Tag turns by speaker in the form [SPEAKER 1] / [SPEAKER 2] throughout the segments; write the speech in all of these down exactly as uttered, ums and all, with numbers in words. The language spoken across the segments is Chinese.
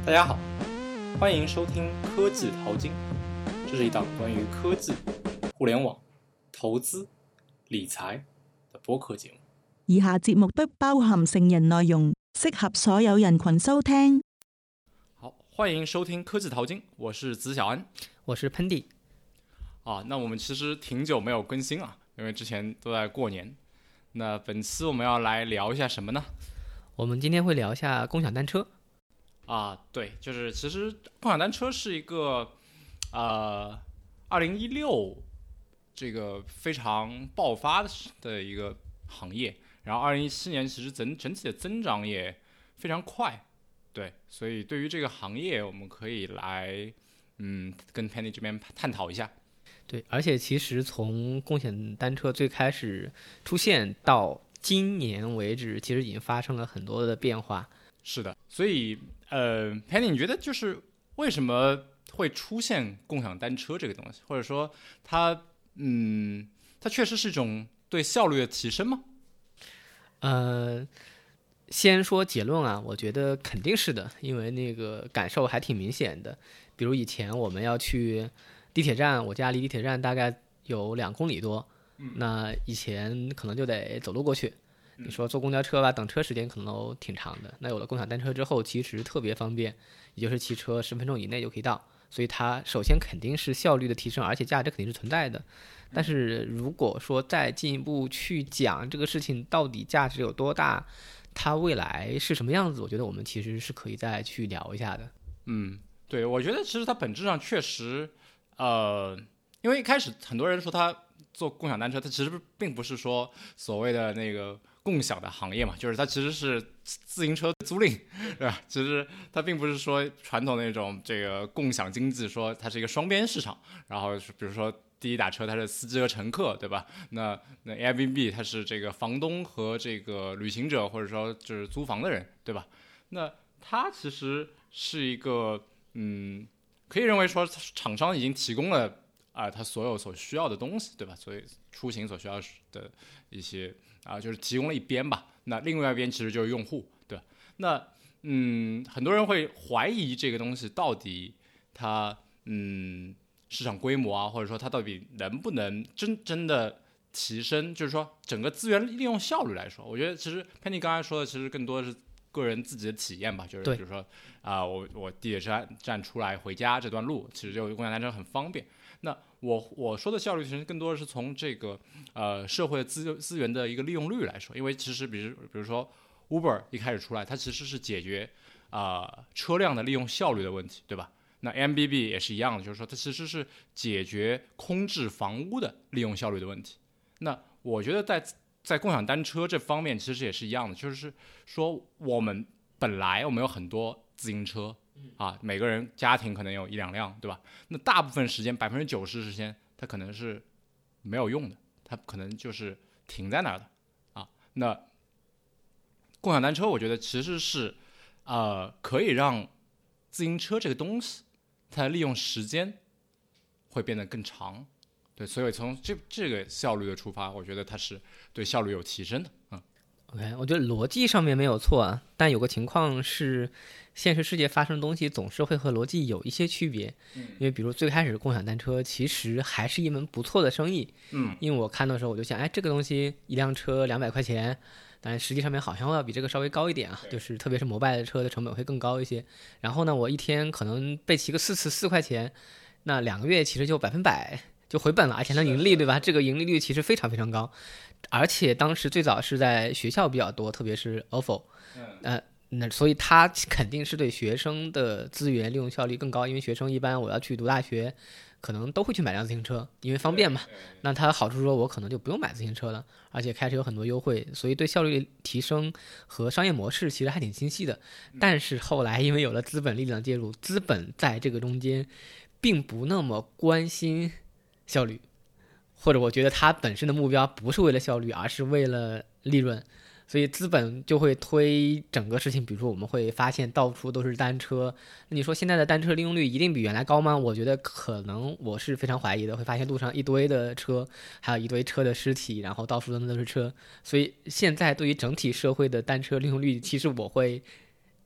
[SPEAKER 1] 大家好，欢迎收听科技淘金，这是一档关于科技、互联网、投资、理财的播客节目。
[SPEAKER 2] 以下節目不包含成人內容，適合所有人群收聽。
[SPEAKER 1] 好，歡迎收聽科技淘金，我是子小安，
[SPEAKER 3] 我是喷弟。
[SPEAKER 1] 啊，那我們其實挺久沒有更新了，因為之前都在過年。那本期我們要來聊一下什麼呢？
[SPEAKER 3] 我們今天會聊一下共享單車。
[SPEAKER 1] 啊，對，就是其實共享單車是一個，呃，二零一六這個非常爆發的一個行業，然後二零一七年其實整整體的增長也非常快，對，所以對於這個行業，我們可以來，嗯，跟 Penny 這邊探討一下。
[SPEAKER 3] 對，而且其實從共享單車最開始出現到今年為止，其實已經發生了很多的變化。
[SPEAKER 1] 是的，所以呃 Penny 你覺得就是為什麼會出現共享單車這個東西，或者說它嗯它確實是一種對效率的提升嗎？
[SPEAKER 3] 呃先說結論啊，我覺得肯定是的，因為那個感受還挺明顯的。比如以前我們要去地鐵站，我家離地鐵站大概有兩公里多，嗯，那以前可能就得走路過去。你說坐公交車吧，等車時間可能都挺長的。那有了共享單車之後，其實特別方便，也就是騎車十分鐘以內就可以到。所以它首先肯定是效率的提升，而且價值肯定是存在的。但是如果說再進一步去講這個事情到底價值有多大，它未來是什麼樣子，我覺得我們其實是可以再去聊一下的。
[SPEAKER 1] 嗯，對，我覺得其實它本質上確實，呃，因為一開始很多人說它坐共享單車，它其實並不是說所謂的那個共享的行業嘛，就是它其實是自行車租賃，對吧？其實它並不是說傳統那種這個共享經濟，說它是一個雙邊市場。然後比如說滴滴打車，它是司機和乘客，對吧？那那 Airbnb 它是這個房東和這個旅行者，或者說就是租房的人，對吧？那它其實是一個，嗯，可以認為說廠商已經提供了啊，它所有所需要的東西，對吧？所以出行所需要的一些。啊，就是提供了一邊吧，那另外一邊其實就是用戶，對吧？那嗯，很多人會懷疑這個東西到底它嗯市場規模啊，或者說它到底能不能真真的提升，就是說整個資源利用效率來說，我覺得其實 Penny 剛才說的其實更多的是個人自己的體驗吧，就是比如說啊、呃，我我地鐵站站出來回家這段路，其實就共享單車很方便。那我我說的效率其實更多的是從這個呃社會資資源的一個利用率來說，因為其實比如比如說 Uber 一開始出來，它其實是解決啊、呃、車輛的利用效率的問題，對吧？那 Airbnb 也是一樣的，就是說它其實是解決空置房屋的利用效率的問題。那我覺得在在共享單車這方面其實也是一樣的，就是說我們本來我們有很多自行車。啊，每個人家庭可能有一兩輛，對吧？那大部分時間百分之九十時間，它可能是沒有用的，它可能就是停在那兒的啊。那共享單車，我覺得其實是呃可以讓自行車這個東西，它的利用時間會變得更長。對，所以從這這個效率的出發，我覺得它是對效率有提升的。嗯。
[SPEAKER 3] OK， 我覺得邏輯上面沒有錯啊，但有個情況是，現實世界發生的東西總是會和邏輯有一些區別。嗯，因為比如最開始共享單車其實還是一門不錯的生意。嗯，因為我看到的時候我就想，哎，這個東西一輛車兩百塊錢，但實際上面好像要比這個稍微高一點啊，就是特別是摩拜的車的成本會更高一些。然後呢，我一天可能被騎個四次四塊錢，那兩個月其實就百分百就回本了，而且能盈利，對吧？這個盈利率其實非常非常高。而且當時最早是在學校比較多，特別是 O F O， 呃，那所以它肯定是對學生的資源利用效率更高，因為學生一般我要去讀大學，可能都會去買輛自行車，因為方便嘛。那它的好處說我可能就不用買自行車了，而且開車有很多優惠，所以對效率提升和商業模式其實還挺清晰的。但是後來因為有了資本力量介入，資本在這個中間並不那麼關心效率。或者我覺得它本身的目標不是為了效率，而是為了利潤，所以資本就會推整個事情。比如說我們會發現到處都是單車，那你說現在的單車利用率一定比原來高嗎？我覺得可能我是非常懷疑的，會發現路上一堆的車，還有一堆車的屍體，然後到處都是車。所以現在對於整體社會的單車利用率，其實我會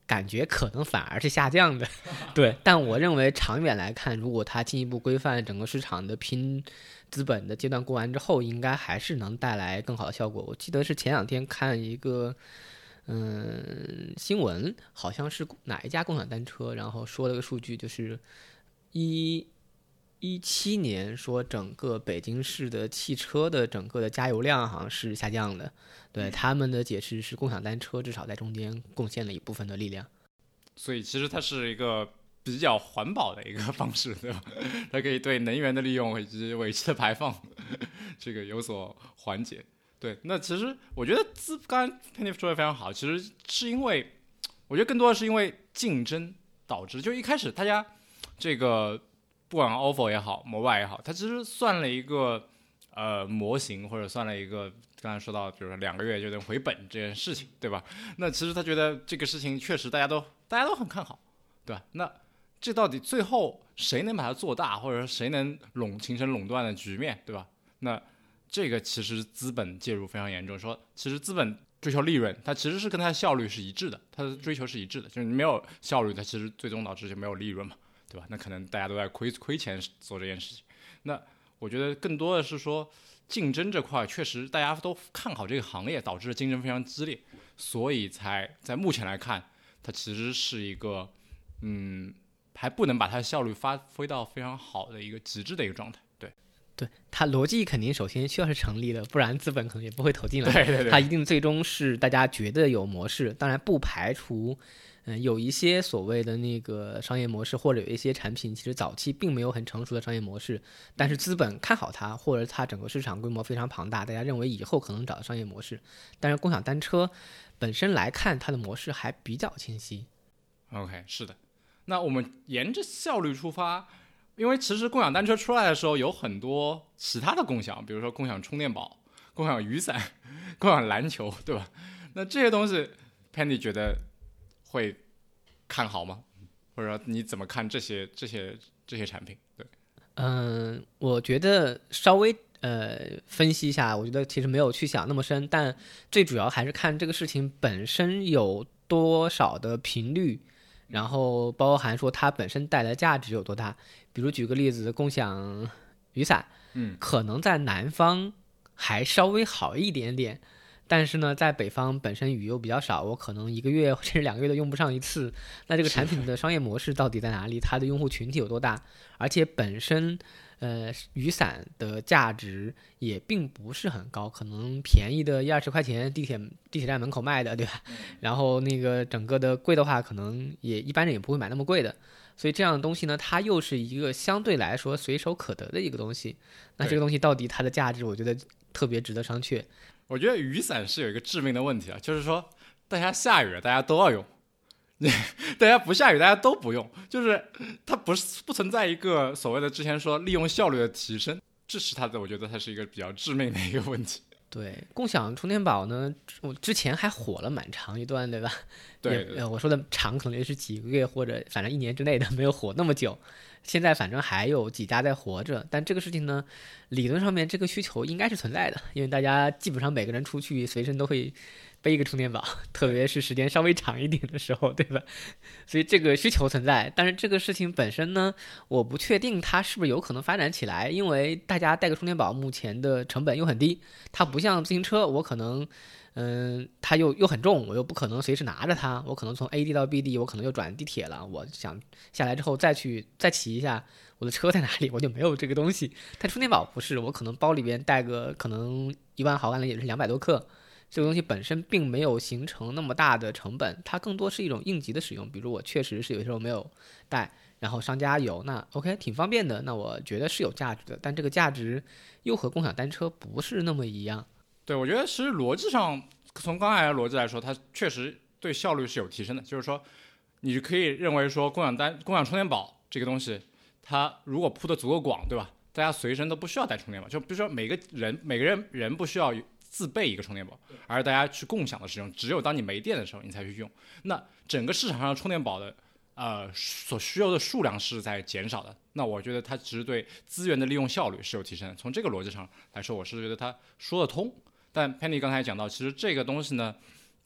[SPEAKER 3] 感觉可能反而是下降的。对，但我认为长远来看，如果它进一步规范整个市场的拼资本的阶段过完之后，应该还是能带来更好的效果。我记得是前两天看一个嗯新闻，好像是哪一家共享单车，然后说了个数据，就是一一七年说整个北京市的汽车的整个的加油量好像是下降的。对，他们的解释是共享单车至少在中间贡献了一部分的力量。
[SPEAKER 1] 所以其实它是一个比较环保的一个方式，对吧？它可以对能源的利用以及尾气的排放这个有所缓解。对，那其实我觉得资刚刚 Penny 说的非常好，其实是因为我觉得更多的是因为竞争导致，就一开始大家这个不管 O F O 也好 Mobile 也好，它其实算了一个呃模型，或者算了一个刚才说到比如说两个月就能回本这件事情，对吧？那其实他觉得这个事情确实大家都大家都很看好，对吧？那这到底最后谁能把它做大，或者说谁能垄形成垄断的局面，对吧？那这个其实资本介入非常严重，说其实资本追求利润，它其实是跟它的效率是一致的，它的追求是一致的，就是你没有效率，它其实最终导致就没有利润嘛，对吧？那可能大家都在亏亏钱做这件事情。那我觉得更多的是说竞争这块确实大家都看好这个行业，导致竞争非常激烈，所以才在目前来看，它其实是一个嗯还不能把它的效率发挥到非常好的一个极致的一个状态。对
[SPEAKER 3] 对，它逻辑肯定首先需要是成立的，不然资本可能也不会投进来。
[SPEAKER 1] 对对对，
[SPEAKER 3] 它一定最终是大家觉得有模式，当然不排除嗯，有一些所谓的那个商业模式，或者有一些产品其实早期并没有很成熟的商业模式，但是资本看好它，或者它整个市场规模非常庞大，大家认为以后可能找到商业模式。但是共享单车本身来看，它的模式还比较清晰。
[SPEAKER 1] OK， 是的。那我们沿着效率出发，因为其实共享单车出来的时候有很多其他的共享，比如说共享充电宝、共享雨伞、共享篮球，对吧？那这些东西 Penny 觉得会看好吗？或者说你怎么看这些这些这些产品？对，
[SPEAKER 3] 嗯，我觉得稍微呃分析一下，我觉得其实没有去想那么深，但最主要还是看这个事情本身有多少的频率，然后包含说它本身带来的价值有多大。比如举个例子，共享雨伞，
[SPEAKER 1] 嗯，
[SPEAKER 3] 可能在南方还稍微好一点点。但是呢，在北方本身雨又比较少，我可能一个月甚至两个月都用不上一次。那这个产品的商业模式到底在哪里？它的用户群体有多大？而且本身，呃，雨伞的价值也并不是很高，可能便宜的一二十块钱，地铁地铁站门口卖的，对吧？然后那个整个的贵的话，可能也一般人也不会买那么贵的。所以这样的东西呢，它又是一个相对来说随手可得的一个东西。那这个东西到底它的价值，我觉得特别值得商榷。
[SPEAKER 1] 我觉得雨伞是有一个致命的问题啊，就是说大家下雨了大家都要用，大家不下雨大家都不用，就是它不是不存在一个所谓的之前说利用效率的提升，这是它的，我觉得它是一个比较致命的一个问题。
[SPEAKER 3] 对，共享充电宝呢，我之前还火了蛮长一段，对吧？
[SPEAKER 1] 对, 对, 对，
[SPEAKER 3] 我说的长可能也是几个月或者反正一年之内的，没有火那么久。现在反正还有几家在活着，但这个事情呢，理论上面这个需求应该是存在的，因为大家基本上每个人出去随身都会背一个充电宝，特别是时间稍微长一点的时候，对吧？所以这个需求存在，但是这个事情本身呢，我不确定它是不是有可能发展起来，因为大家带个充电宝目前的成本又很低，它不像自行车，我可能嗯，它又又很重，我又不可能随时拿着它，我可能从 A 地到 B 地，我可能又转地铁了，我想下来之后再去再骑一下，我的车在哪里，我就没有这个东西。但充电宝不是，我可能包里边带个可能一万毫安的也是两百多克，这个东西本身并没有形成那么大的成本，它更多是一种应急的使用。比如我确实是有时候没有带，然后商家有，那 OK 挺方便的，那我觉得是有价值的，但这个价值又和共享单车不是那么一样。
[SPEAKER 1] 对，我觉得其实逻辑上，从刚才的逻辑来说，它确实对效率是有提升的。就是说，你可以认为说，共享单、共享充电宝这个东西，它如果铺的足够广，对吧？大家随身都不需要带充电宝，就比如说每个人每个人人不需要自备一个充电宝，而大家去共享的使用，只有当你没电的时候你才去用。那整个市场上充电宝的呃所需要的数量是在减少的。那我觉得它其实对资源的利用效率是有提升的。从这个逻辑上来说，我是觉得它说得通。但 Penny 刚才讲到，其实这个东西呢，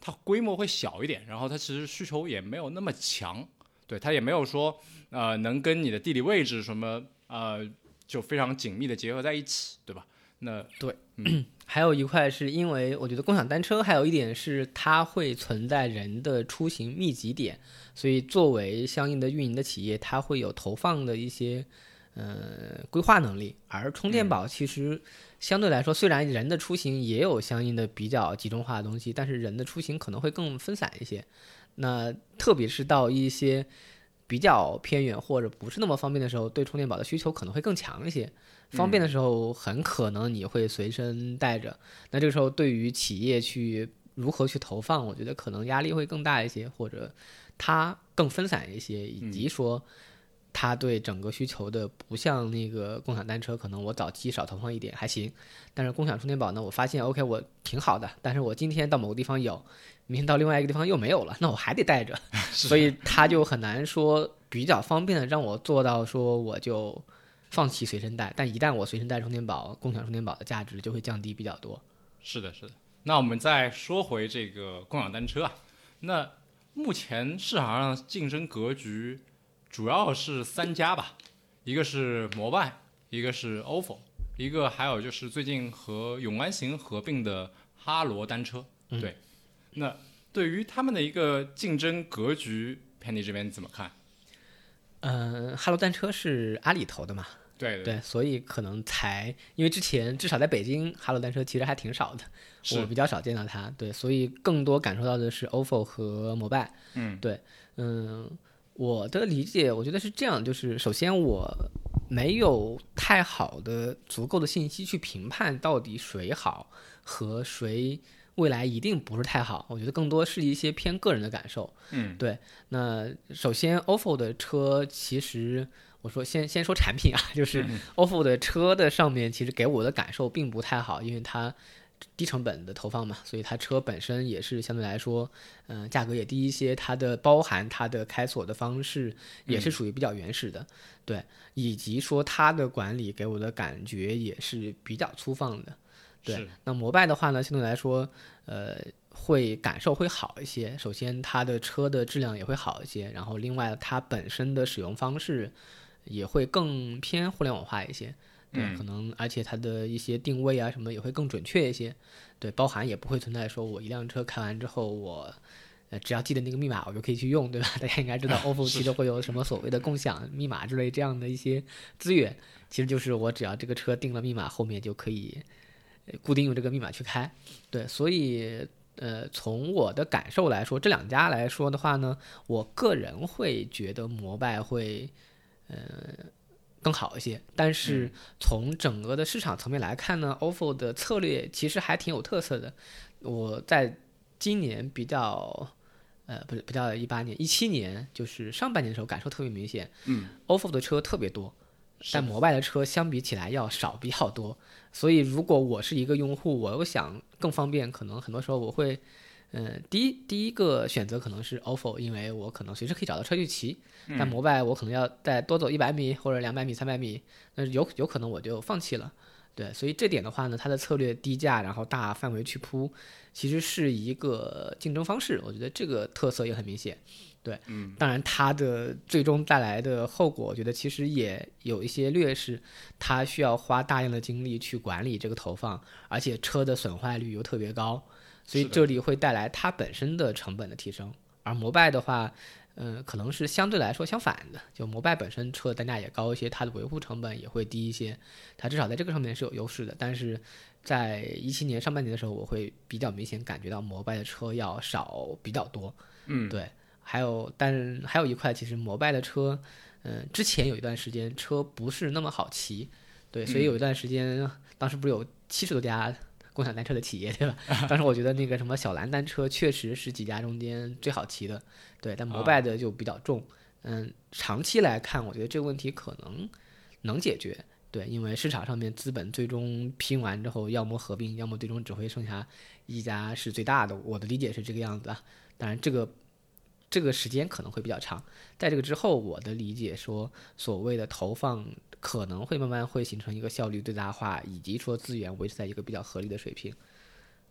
[SPEAKER 1] 它规模会小一点，然后它其实需求也没有那么强，对，它也没有说呃能跟你的地理位置什么呃就非常紧密的结合在一起，对吧？那
[SPEAKER 3] 对，
[SPEAKER 1] 嗯，
[SPEAKER 3] 还有一块是因为我觉得共享单车还有一点是它会存在人的出行密集点，所以作为相应的运营的企业，它会有投放的一些呃规划能力。而充电宝其实相对来说，虽然人的出行也有相应的比较集中化的东西，但是人的出行可能会更分散一些。那特别是到一些比较偏远或者不是那么方便的时候，对充电宝的需求可能会更强一些。方便的时候很可能你会随身带着，那这个时候对于企业去如何去投放，我觉得可能压力会更大一些，或者它更分散一些，以及说它对整个需求的不像那个共享单车，可能我早期少投放一点还行，但是共享充电宝呢，我发现 OK 我挺好的，但是我今天到某个地方有，明天到另外一个地方又没有了，那我还得带着，所以它就很难说比较方便的让我做到说我就放弃随身带，但一旦我随身带充电宝，共享充电宝的价值就会降低比较多。
[SPEAKER 1] 是的，是的。那我们再说回这个共享单车啊，那目前市场上竞争格局主要是三家吧，一个是摩拜，一个是 O F O， 一个还有就是最近和永安行合并的哈罗单车。对，嗯、那对于他们的一个竞争格局 ，Penny 这边怎么看？
[SPEAKER 3] 嗯、呃，哈罗单车是阿里投的嘛？
[SPEAKER 1] 对 对,
[SPEAKER 3] 对，所以可能才因为之前至少在北京，哈罗单车其实还挺少的，我比较少见到它。对，所以更多感受到的是 O F O 和摩拜。
[SPEAKER 1] 嗯，
[SPEAKER 3] 对，嗯，我的理解，我觉得是这样，就是首先我没有太好的、足够的信息去评判到底谁好和谁未来一定不是太好。我觉得更多是一些偏个人的感受。
[SPEAKER 1] 嗯，
[SPEAKER 3] 对。那首先 O F O 的车其实。我说先先说产品啊，就是 O F O 的车的上面，其实给我的感受并不太好，因为它低成本的投放嘛，所以它车本身也是相对来说，嗯、呃，价格也低一些，它的包含它的开锁的方式也是属于比较原始的，嗯、对，以及说它的管理给我的感觉也是比较粗放的，对。那摩拜的话呢，相对来说，呃。会感受会好一些，首先它的车的质量也会好一些，然后另外它本身的使用方式也会更偏互联网化一些，对，
[SPEAKER 1] 嗯、
[SPEAKER 3] 可能而且它的一些定位啊什么也会更准确一些，对，包含也不会存在说我一辆车开完之后我呃只要记得那个密码我就可以去用，对吧？大家应该知道 O F O 其实会有什么所谓的共享密码之类这样的一些资源，其实就是我只要这个车定了密码，后面就可以固定用这个密码去开，对，所以。呃，从我的感受来说，这两家来说的话呢，我个人会觉得摩拜会，呃，更好一些。但是从整个的市场层面来看呢 ，O F O 的策略其实还挺有特色的。我在今年比较，呃，不是不叫一八年，一七年，就是上半年的时候感受特别明显。
[SPEAKER 1] 嗯
[SPEAKER 3] ，O F O 的车特别多，但摩拜的车相比起来要少比较多。所以，如果我是一个用户，我又想更方便，可能很多时候我会，嗯、呃，第一第一个选择可能是 O F O， 因为我可能随时可以找到车去骑。但摩拜我可能要再多走一百米或者两百米、三百米，那有有可能我就放弃了。对，所以这点的话呢，它的策略低价，然后大范围去铺，其实是一个竞争方式。我觉得这个特色也很明显。对，
[SPEAKER 1] 嗯，
[SPEAKER 3] 当然它的最终带来的后果，我觉得其实也有一些劣势，它需要花大量的精力去管理这个投放，而且车的损坏率又特别高，所以这里会带来它本身的成本的提升。而摩拜的话，嗯、呃，可能是相对来说相反的，就摩拜本身车的单价也高一些，它的维护成本也会低一些，它至少在这个上面是有优势的。但是在一七年上半年的时候，我会比较明显感觉到摩拜的车要少比较多，
[SPEAKER 1] 嗯，
[SPEAKER 3] 对。还有，但是还有一块，其实摩拜的车，嗯、呃，之前有一段时间车不是那么好骑，对，所以有一段时间，嗯、当时不是有七十多家共享单车的企业，对吧？当时我觉得那个什么小蓝单车确实是几家中间最好骑的，对，但摩拜的就比较重，嗯，长期来看，我觉得这个问题可能能解决，对，因为市场上面资本最终拼完之后，要么合并，要么最终只会剩下一家是最大的，我的理解是这个样子啊，当然这个。这个时间可能会比较长，在这个之后，我的理解说，所谓的投放可能会慢慢会形成一个效率最大化，以及说资源维持在一个比较合理的水平。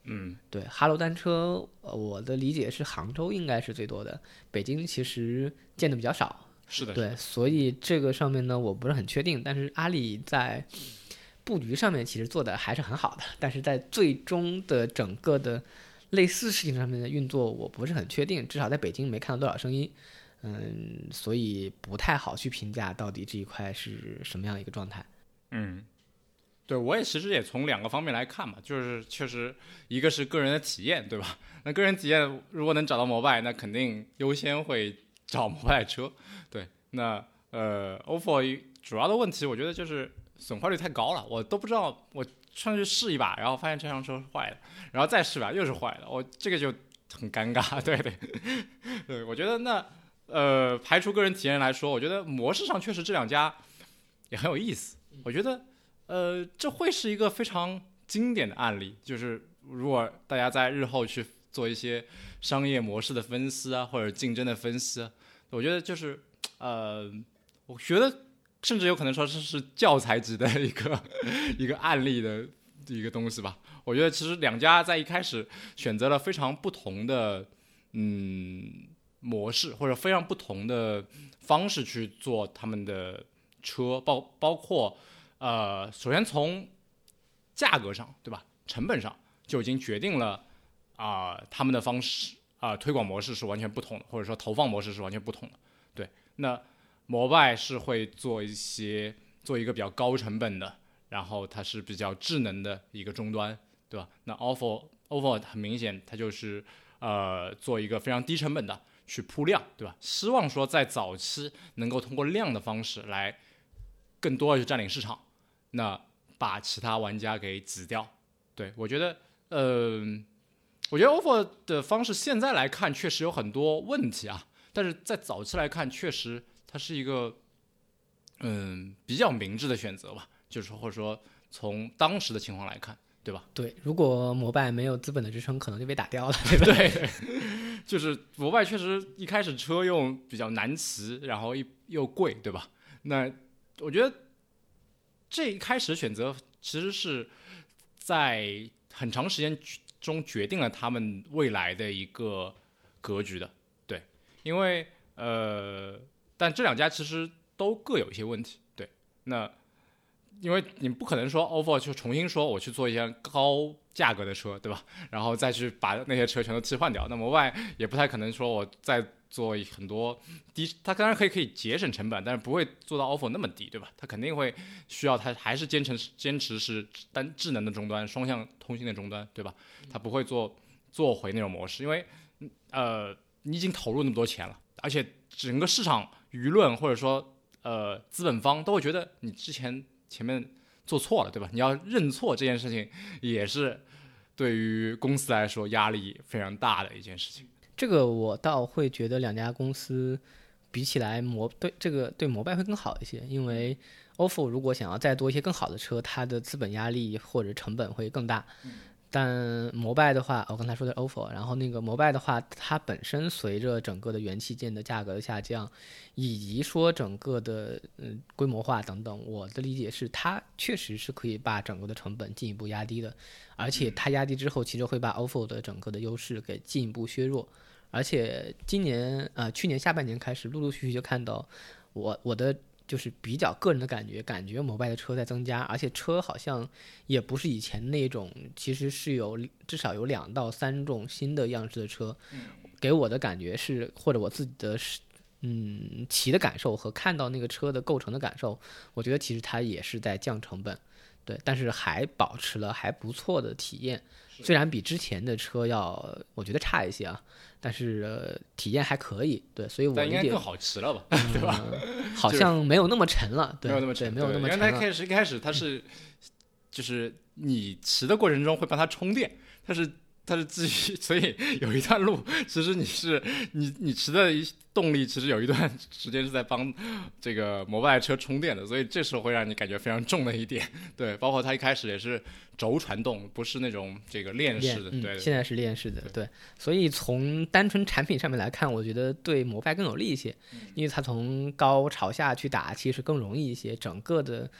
[SPEAKER 1] 嗯，
[SPEAKER 3] 对，哈罗单车，呃我的理解是杭州应该是最多的，北京其实见的比较少。
[SPEAKER 1] 是的，
[SPEAKER 3] 对，
[SPEAKER 1] 是的
[SPEAKER 3] 所以这个上面呢，我不是很确定。但是阿里在布局上面其实做的还是很好的，但是在最终的整个的类似事情上面的运作，我不是很确定，至少在北京没看到多少声音。嗯，所以不太好去评价到底这一块是什么样一个状态。
[SPEAKER 1] 嗯，对，我也其实也从两个方面来看嘛，就是确实一个是个人的体验，对吧？那个人体验如果能找到摩拜，那肯定优先会找摩拜车。对，那呃 O F O 主要的问题我觉得就是损坏率太高了，我都不知道，我上去试一把，然后发现这辆车是坏的，然后再试一把又是坏的，我这个就很尴尬。对对对，我觉得那呃排除个人体验来说，我觉得模式上确实这两家也很有意思。我觉得呃这会是一个非常经典的案例，就是如果大家在日后去做一些商业模式的分析啊，或者竞争的分析啊，我觉得就是呃，我觉得甚至有可能说是是教材级的一个一个案例的一个东西吧。我觉得其实两家在一开始选择了非常不同的嗯模式，或者非常不同的方式去做他们的车，包包括呃，首先从价格上，对吧？成本上就已经决定了啊、呃，他们的方式啊、呃，推广模式是完全不同的，或者说投放模式是完全不同的。对，那摩拜是会做一些做一个比较高成本的，然后它是比较智能的一个终端，对吧？那 O F O O F O 很明显，它就是呃做一个非常低成本的去铺量，对吧？希望说在早期能够通过量的方式来更多的去占领市场，那把其他玩家给挤掉。对，我觉得呃。我觉得 O F O 的方式现在来看确实有很多问题啊，但是在早期来看，确实它是一个嗯比较明智的选择吧，就是或者说从当时的情况来看，对吧？
[SPEAKER 3] 对，如果摩拜没有资本的支撑，可能就被打掉了，对吧？
[SPEAKER 1] 对，就是摩拜确实一开始车用比较难骑，然后又贵，对吧？那我觉得这一开始选择其实是在很长时间中决定了他们未来的一个格局的，对，因为呃，但这两家其实都各有一些问题，对，那因为你不可能说 O F O 就重新说我去做一些高价格的车，对吧？然后再去把那些车全都替换掉，那摩拜也不太可能说我再做很多低，它当然可以可以节省成本，但是不会做到 O F O 那么低，对吧？它肯定会需要，它还是坚持坚持是单智能的终端，双向通信的终端，对吧？它不会做做回那种模式，因为呃你已经投入那么多钱了，而且整个市场舆论或者说呃资本方都会觉得你之前前面做错了，对吧？你要认错这件事情也是对于公司来说压力非常大的一件事情。
[SPEAKER 3] 这个我倒会觉得两家公司比起来摩对这个对摩拜会更好一些，因为 O F O 如果想要再多一些更好的车，它的资本压力或者成本会更大。但摩拜的话，我刚才说的 O F O， 然后那个摩拜的话，它本身随着整个的元器件的价格的下降，以及说整个的嗯规模化等等，我的理解是它确实是可以把整个的成本进一步压低的，而且它压低之后，其实会把 O F O 的整个的优势给进一步削弱。而且今年呃去年下半年开始，陆陆续续就看到我我的。就是比较个人的感觉，感觉摩拜的车在增加，而且车好像也不是以前那种，其实是有至少有两到三种新的样式的车，给我的感觉是，或者我自己的嗯骑的感受和看到那个车的构成的感受，我觉得其实它也是在降成本，对，但是还保持了还不错的体验，虽然比之前的车要我觉得差一些啊。但是、呃、体验还可以，对，所以我
[SPEAKER 1] 但应该更好骑了吧，
[SPEAKER 3] 嗯、
[SPEAKER 1] 对吧？
[SPEAKER 3] 好像没有那么沉了，对，
[SPEAKER 1] 没有那么沉，
[SPEAKER 3] 没有那么沉了。
[SPEAKER 1] 因为它开始一开始它是，就是你骑的过程中会帮它充电，它是它是基于，所以有一段路，其实你是你你骑的动力，其实有一段时间是在帮这个摩拜车充电的，所以这时候会让你感觉非常重的一点，对，包括它一开始也是。轴传动不是那种这个链式的，
[SPEAKER 3] 嗯、
[SPEAKER 1] 对，
[SPEAKER 3] 现在是链式的，对，所以从单纯产品上面来看，我觉得对摩拜更有利一些，因为它从高朝下去打其实更容易一些，整个的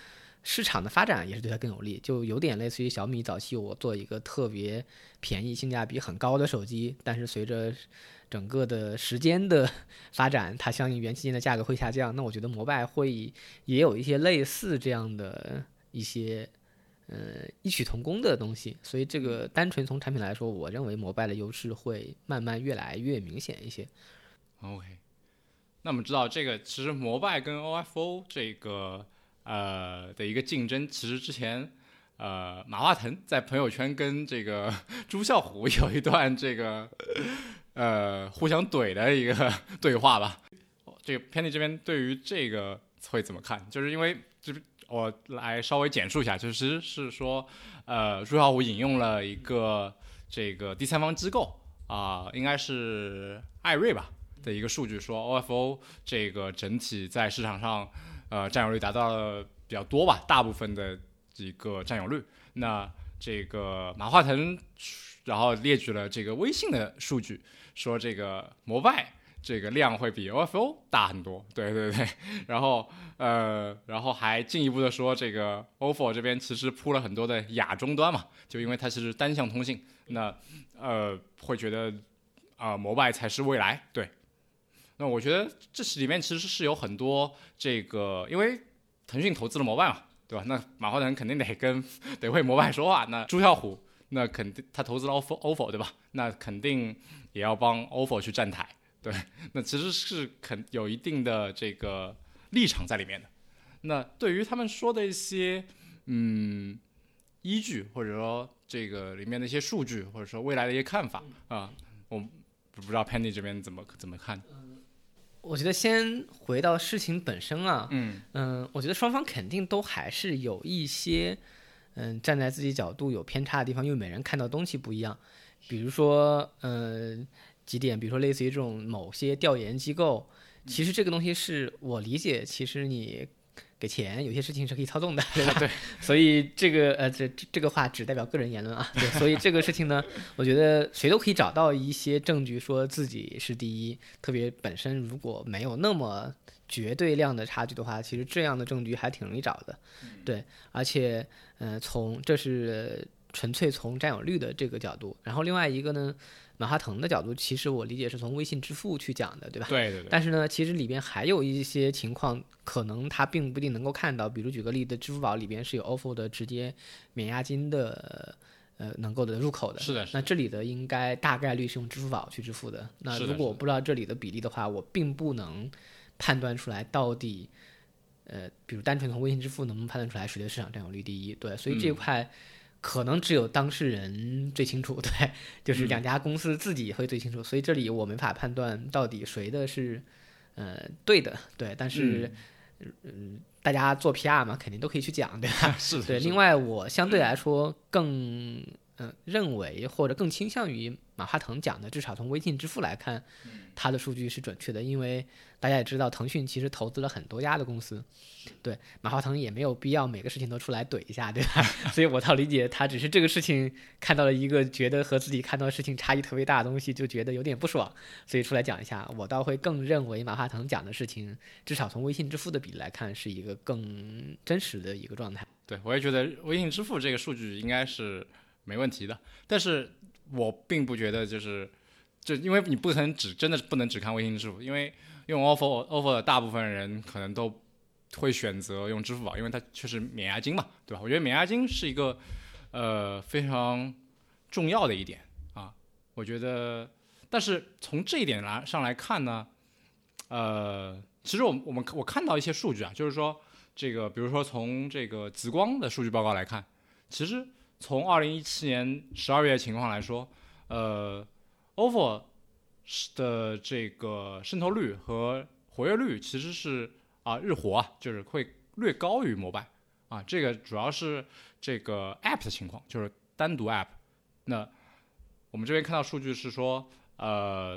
[SPEAKER 3] 市场的发展也是对它更有利，就有点类似于小米早期我做一个特别便宜、性价比很高的手机，但是随着整个的时间的发展，它相应元器件的价格会下降。那我觉得摩拜会也有一些类似这样的一些呃异曲同工的东西，所以这个单纯从产品来说，我认为摩拜的优势会慢慢越来越明显一些。
[SPEAKER 1] OK， 那我们知道这个其实摩拜跟 O F O 这个呃的一个竞争，其实之前呃马化腾在朋友圈跟这个朱啸虎有一段这个呃互相怼的一个对话吧。这个 Penny 这边对于这个会怎么看？就是因为这我来稍微简述一下，就是是说呃朱啸虎引用了一个这个第三方机构啊、呃，应该是艾瑞吧的一个数据，说 O F O 这个整体在市场上呃占有率达到了比较多吧，大部分的一个占有率。那这个马化腾然后列举了这个微信的数据，说这个摩拜这个量会比 O F O 大很多，对对对，然后呃，然后还进一步的说，这个 O F O 这边其实铺了很多的亚终端嘛，就因为它是单向通信，那呃会觉得啊、呃、摩拜才是未来，对。那我觉得这里面其实是有很多这个，因为腾讯投资了摩拜嘛，对吧？那马化腾肯定得跟得为摩拜说话，那朱啸虎那肯定他投资了 O F O， O F O 对吧？那肯定也要帮 O F O 去站台。对，那其实是肯有一定的这个立场在里面的。那对于他们说的一些嗯依据，或者说这个里面的一些数据，或者说未来的一些看法啊、呃，我不知道 Penny 这边怎么怎么看。
[SPEAKER 3] 我觉得先回到事情本身啊，
[SPEAKER 1] 嗯
[SPEAKER 3] 嗯、呃，我觉得双方肯定都还是有一些嗯、呃、站在自己角度有偏差的地方，因为每人看到东西不一样。比如说，嗯、呃。几点，比如说类似于这种某些调研机构，其实这个东西是我理解，其实你给钱，有些事情是可以操纵的，对吧？
[SPEAKER 1] 对，
[SPEAKER 3] 所以这个呃，这这个话只代表个人言论啊。对，所以这个事情呢，我觉得谁都可以找到一些证据说自己是第一，特别本身如果没有那么绝对量的差距的话，其实这样的证据还挺容易找的。对，而且呃，从这是纯粹从占有率的这个角度，然后另外一个呢。马化腾的角度，其实我理解是从微信支付去讲的，对吧？
[SPEAKER 1] 对对对。
[SPEAKER 3] 但是呢，其实里边还有一些情况，可能他并不一定能够看到。比如举个例子，支付宝里边是有 O F O 的直接免押金的，呃，能够的入口的。
[SPEAKER 1] 是的。是的
[SPEAKER 3] 那这里的应该大概率是用支付宝去支付的。那如果我不知道这里的比例的话，我并不能判断出来到底，呃，比如单纯从微信支付能不能判断出来谁的市场占有率第一？对，所以这一块。嗯可能只有当事人最清楚，对，就是两家公司自己会最清楚，嗯、所以这里我没法判断到底谁的是，呃，对的，对，但是，嗯、呃，大家做 P R 嘛，肯定都可以去讲，对吧？
[SPEAKER 1] 是，
[SPEAKER 3] 对。另外，我相对来说更，嗯、呃，认为或者更倾向于马化腾讲的，至少从微信支付来看，他的数据是准确的，因为大家也知道，腾讯其实投资了很多家的公司。对，马化腾也没有必要每个事情都出来怼一下，对吧？所以我倒理解他只是这个事情看到了一个觉得和自己看到的事情差异特别大的东西，就觉得有点不爽，所以出来讲一下。我倒会更认为马化腾讲的事情，至少从微信支付的比例来看，是一个更真实的一个状态。
[SPEAKER 1] 对，我也觉得微信支付这个数据应该是没问题的，但是我并不觉得就是就因为你不能只真的不能只看微信支付，因为用 O F O O F O 的大部分人可能都会选择用支付宝，因为它确实免押金嘛，对吧？我觉得免押金是一个呃非常重要的一点啊。我觉得，但是从这一点来上来看呢，呃，其实我我们我看到一些数据啊，就是说这个，比如说从这个极光的数据报告来看，其实从二零一七年十二月情况来说，呃 ，O F O 的这个渗透率和活跃率其实是。啊，日活啊，就是会略高于摩拜啊，这个主要是这个 App 的情况，就是单独 App。那我们这边看到数据是说，呃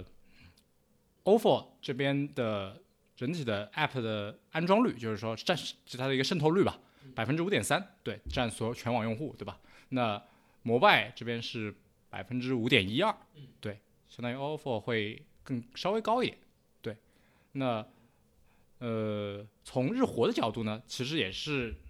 [SPEAKER 1] ，O F O 这边的整体的 App 的安装率，就是说占是它的一个渗透率吧，百分之五点三，对，占所有全网用户，对吧？那摩拜这边是百分之五点一二，对，相当于 O F O 会更稍微高一点，对，那。呃，从日活的角度呢，其实也是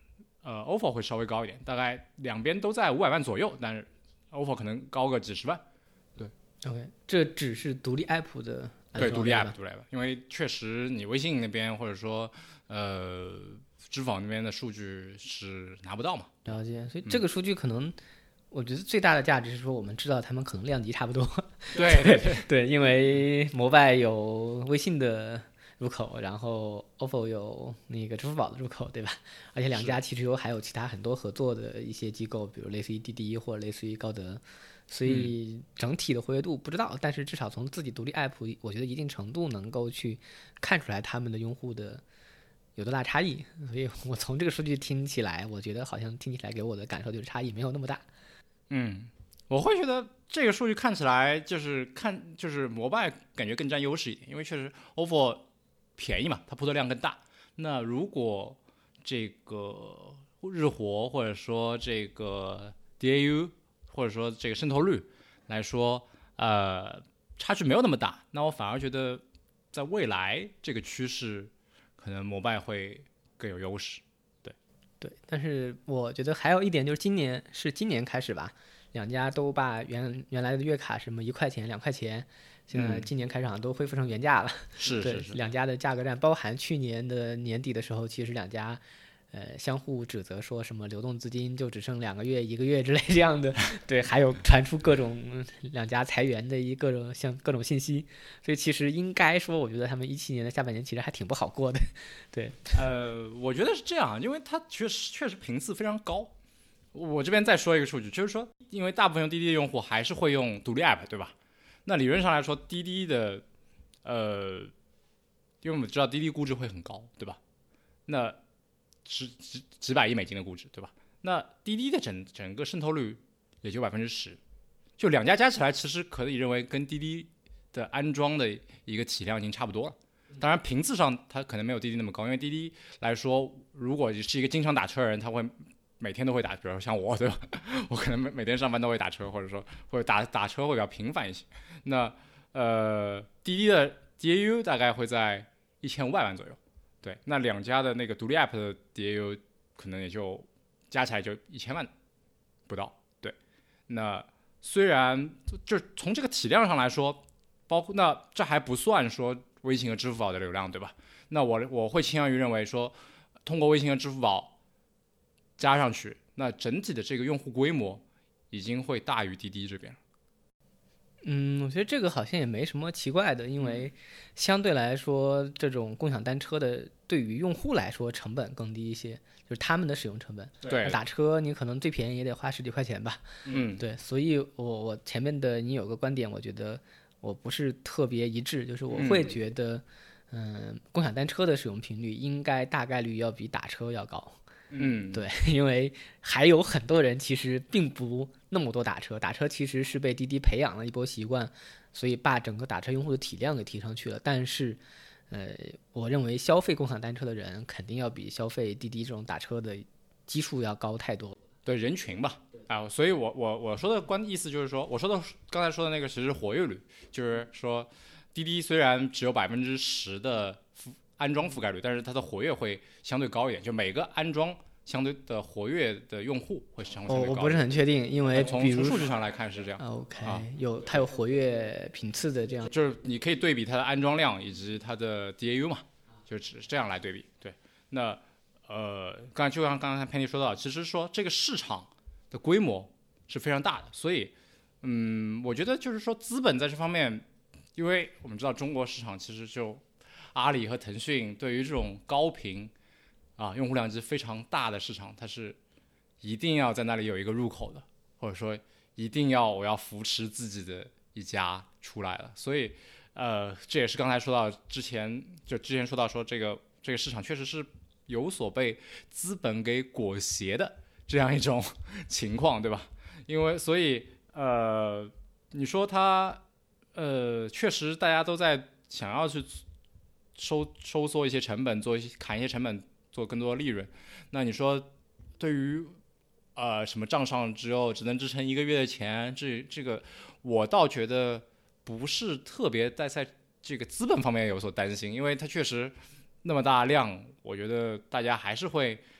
[SPEAKER 1] 呃 O F O 会稍微高一点，大概两边都在五百万左右，但是 O F O 可能高个几十万。对
[SPEAKER 3] ，OK， 这只是独立 app 的，
[SPEAKER 1] 对，独立 app 独立 app， 因为确实你微信那边或者说呃支付宝那边的数据是拿不到嘛。
[SPEAKER 3] 了解，所以这个数据可能。我觉得最大的价值是说，我们知道他们可能量级差不多。
[SPEAKER 1] 对对对
[SPEAKER 3] 对，因为摩拜有微信的入口，然后 O F O 有那个支付宝的入口，对吧？而且两家其实有还有其他很多合作的一些机构，比如类似于滴滴或者类似于高德，所以整体的活跃度不知道，但是至少从自己独立 app， 我觉得一定程度能够去看出来他们的用户的有多大差异。所以我从这个数据听起来，我觉得好像听起来给我的感受就是差异没有那么大。
[SPEAKER 1] 嗯，我会觉得这个数据看起来就是看就是摩拜感觉更占优势一点，因为确实 O F O 便宜嘛，它铺的量更大。那如果这个日活或者说这个 D A U 或者说这个渗透率来说，呃，差距没有那么大，那我反而觉得在未来这个趋势，可能摩拜会更有优势。
[SPEAKER 3] 对，但是我觉得还有一点就是今年是今年开始吧，两家都把原原来的月卡什么一块钱、两块钱，现在今年开始好像都恢复成原价了。
[SPEAKER 1] 是是是，
[SPEAKER 3] 两家的价格战，包含去年的年底的时候，其实两家呃相互指责说什么流动资金就只剩两个月、一个月之类这样的，对，还有传出各种两家裁员的一各种像各种信息，所以其实应该说，我觉得他们一七年的下半年其实还挺不好过的，对，
[SPEAKER 1] 呃，我觉得是这样，因为它确实确实频次非常高。我这边再说一个数据，就是说，因为大部分用滴滴的用户还是会用独立 app， 对吧？那理论上来说，滴滴的呃，因为我们知道滴滴估值会很高，对吧？那是几几百亿美金的估值，对吧？那滴滴的整整个渗透率也就百分之十，就两家加起来，其实可以认为跟滴滴的安装的一个体量已经差不多了。当然频次上它可能没有滴滴那么高，因为滴滴来说，如果是一个经常打车的人，他会每天都会打，比如说像我，对吧？我可能每每天上班都会打车，或者说或者打打车会比较频繁一些。那呃，滴滴的 D A U 大概会在一千五百万左右。对，那两家的那个独立 app 的 D A U 可能也就加起来就一千万不到。对，那虽然就从这个体量上来说，包括那这还不算说微信和支付宝的流量，对吧？那我我会倾向于认为说，通过微信和支付宝加上去，那整体的这个用户规模已经会大于滴滴这边了。
[SPEAKER 3] 嗯，我觉得这个好像也没什么奇怪的，因为相对来说，这种共享单车的对于用户来说成本更低一些，就是他们的使用成本。
[SPEAKER 1] 对，
[SPEAKER 3] 打车你可能最便宜也得花十几块钱吧。
[SPEAKER 1] 嗯，
[SPEAKER 3] 对，所以我我前面的你有个观点，我觉得我不是特别一致，就是我会觉得，嗯、呃，共享单车的使用频率应该大概率要比打车要高。
[SPEAKER 1] 嗯，
[SPEAKER 3] 对，因为还有很多人其实并不那么多打车，打车其实是被滴滴培养了一波习惯，所以把整个打车用户的体量给提上去了。但是，呃，我认为消费共享单车的人肯定要比消费滴滴这种打车的基数要高太多。
[SPEAKER 1] 对人群吧，啊，所以我我我说的关意思就是说，我说的刚才说的那个其实是活跃率，就是说滴滴虽然只有百分之十的安装覆盖率，但是它的活跃会相对高一点，就每个安装相对的活跃的用户会相对高一点。
[SPEAKER 3] 哦，我不是很确定，因为
[SPEAKER 1] 从
[SPEAKER 3] 比如
[SPEAKER 1] 从数据上来看是这样。
[SPEAKER 3] OK，、
[SPEAKER 1] 啊、
[SPEAKER 3] 有它有活跃频次的这样，
[SPEAKER 1] 就是你可以对比它的安装量以及它的 D A U 嘛，就只是这样来对比。对，那呃，刚才就像刚才 Penny 说到，其实说这个市场的规模是非常大的，所以嗯，我觉得就是说资本在这方面，因为我们知道中国市场其实就阿里和腾讯对于这种高频啊用户量级非常大的市场，它是一定要在那里有一个入口的，或者说一定要我要扶持自己的一家出来了。所以呃，这也是刚才说到之前就之前说到说这个这个市场确实是有所被资本给裹挟的这样一种情况，对吧？因为所以呃，你说它呃，确实大家都在想要去收收缩一些成本，做一些砍一些成本，做更多的利润。那你说，对于呃什么账上只有只能支撑一个月的钱，这这个我倒觉得不是特别在在这个资本方面有所担心，因为它确实那么大量，我觉得大家还是会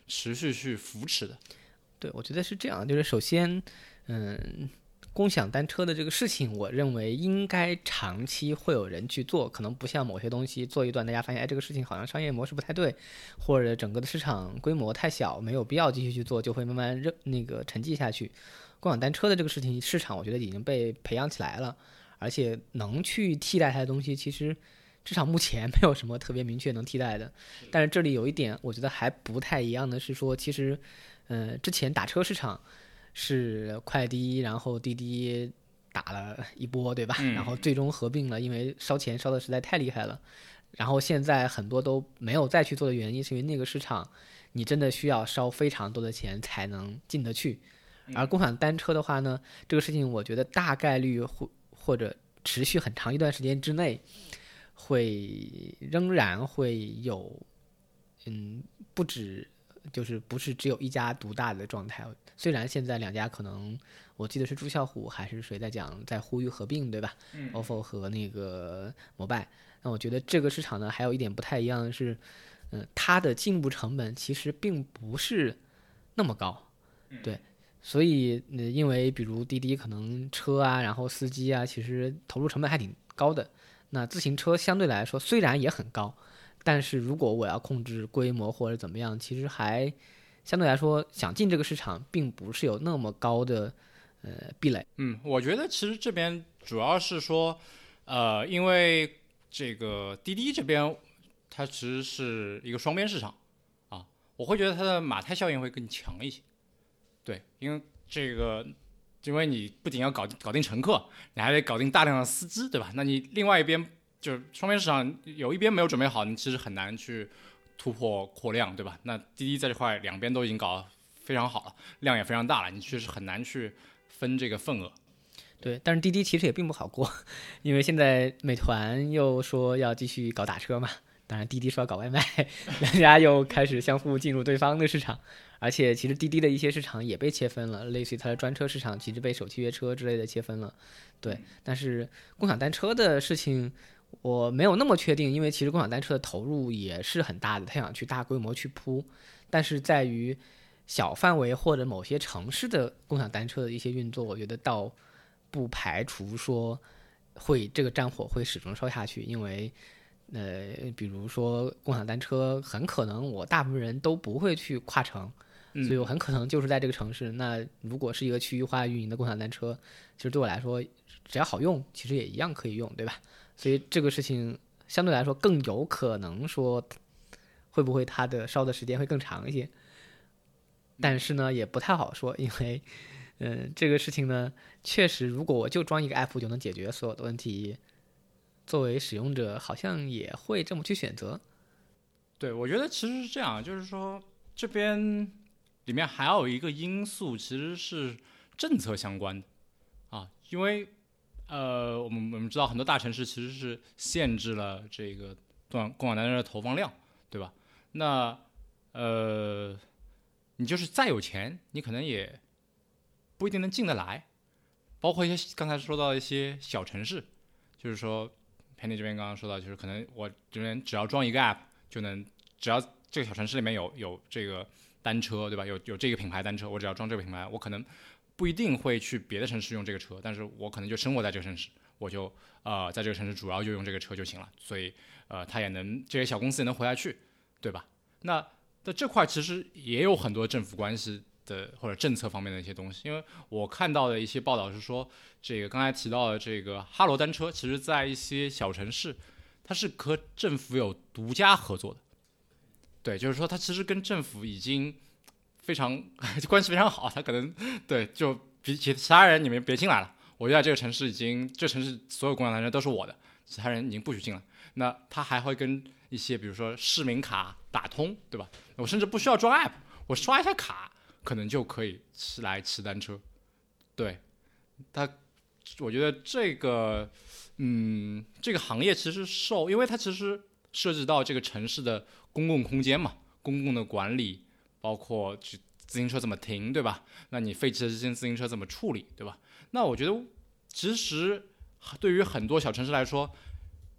[SPEAKER 1] 持续去扶持的。
[SPEAKER 3] 对，我觉得是这样，就是首先，嗯。共享单车的这个事情，我认为应该长期会有人去做，可能不像某些东西做一段，大家发现，哎，这个事情好像商业模式不太对，或者整个的市场规模太小，没有必要继续去做，就会慢慢热那个沉寂下去。共享单车的这个事情，市场我觉得已经被培养起来了，而且能去替代它的东西，其实至少目前没有什么特别明确能替代的。但是这里有一点，我觉得还不太一样的是说，其实，呃，之前打车市场。是快滴，然后滴滴打了一波，对吧？
[SPEAKER 1] 嗯、
[SPEAKER 3] 然后最终合并了，因为烧钱烧的实在太厉害了。然后现在很多都没有再去做的原因，是因为那个市场你真的需要烧非常多的钱才能进得去。而共享单车的话呢，这个事情我觉得大概率会或者持续很长一段时间之内，会仍然会有，嗯，不止。就是不是只有一家独大的状态，虽然现在两家可能我记得是朱啸虎还是谁在讲在呼吁合并，对吧？
[SPEAKER 1] 嗯
[SPEAKER 3] O F O 和那个摩拜，那我觉得这个市场呢还有一点不太一样的是，嗯、呃，它的进步成本其实并不是那么高，对，所以、呃、因为比如滴滴可能车啊，然后司机啊，其实投入成本还挺高的，那自行车相对来说虽然也很高。但是如果我要控制规模或者怎么样，其实还相对来说想进这个市场，并不是有那么高的呃壁垒。
[SPEAKER 1] 嗯，我觉得其实这边主要是说，呃，因为这个滴滴这边它其实是一个双边市场啊，我会觉得它的马太效应会更强一些。对，因为这个，因为你不仅要搞搞定乘客，你还得搞定大量的司机，对吧？那你另外一边。就是双边市场有一边没有准备好，你其实很难去突破扩量，对吧？那滴滴在这块两边都已经搞得非常好了，量也非常大了，你确实很难去分这个份额。
[SPEAKER 3] 对，但是滴滴其实也并不好过，因为现在美团又说要继续搞打车嘛，当然滴滴说要搞外卖，两家又开始相互进入对方的市场，而且其实滴滴的一些市场也被切分了，类似于它的专车市场其实被手机约车之类的切分了。对，但是共享单车的事情。我没有那么确定，因为其实共享单车的投入也是很大的，他想去大规模去铺，但是在于小范围或者某些城市的共享单车的一些运作，我觉得倒不排除说会这个战火会始终烧下去，因为呃，比如说共享单车很可能我大部分人都不会去跨城，所以我很可能就是在这个城市。那如果是一个区域化运营的共享单车，其实对我来说只要好用，其实也一样可以用，对吧？所以这个事情相对来说更有可能说会不会它的烧的时间会更长一些，但是呢也不太好说，因为嗯、呃，这个事情呢确实如果我就装一个 app 就能解决所有的问题，作为使用者好像也会这么去选择。
[SPEAKER 1] 对，我觉得其实是这样，就是说这边里面还有一个因素其实是政策相关的啊，因为呃，我们我们知道很多大城市其实是限制了这个共享单车的投放量，对吧？那呃，你就是再有钱，你可能也不一定能进得来。包括一些刚才说到一些小城市，就是说 Penny 这边刚刚说到，就是可能我这边只要装一个 app 就能，只要这个小城市里面有有这个单车，对吧？有有这个品牌单车，我只要装这个品牌，我可能不一定会去别的城市用这个车，但是我可能就生活在这个城市，我就呃在这个城市主要就用这个车就行了，所以呃它也能这些小公司也能活下去，对吧？那在这块其实也有很多政府关系的或者政策方面的一些东西，因为我看到的一些报道是说，这个刚才提到的这个哈罗单车，其实在一些小城市，它是和政府有独家合作的，对，就是说它其实跟政府已经非常关系非常好，他可能对就比其他人你们别进来了，我就在这个城市已经这城市所有共享单车都是我的，其他人已经不许进了。那他还会跟一些比如说市民卡打通，对吧？我甚至不需要装 app， 我刷一下卡可能就可以来骑单车。对，他我觉得这个嗯这个行业其实受，因为它其实涉及到这个城市的公共空间嘛，公共的管理。包括自行车怎么停，对吧？那你废弃的这些自行车怎么处理，对吧？那我觉得其实对于很多小城市来说，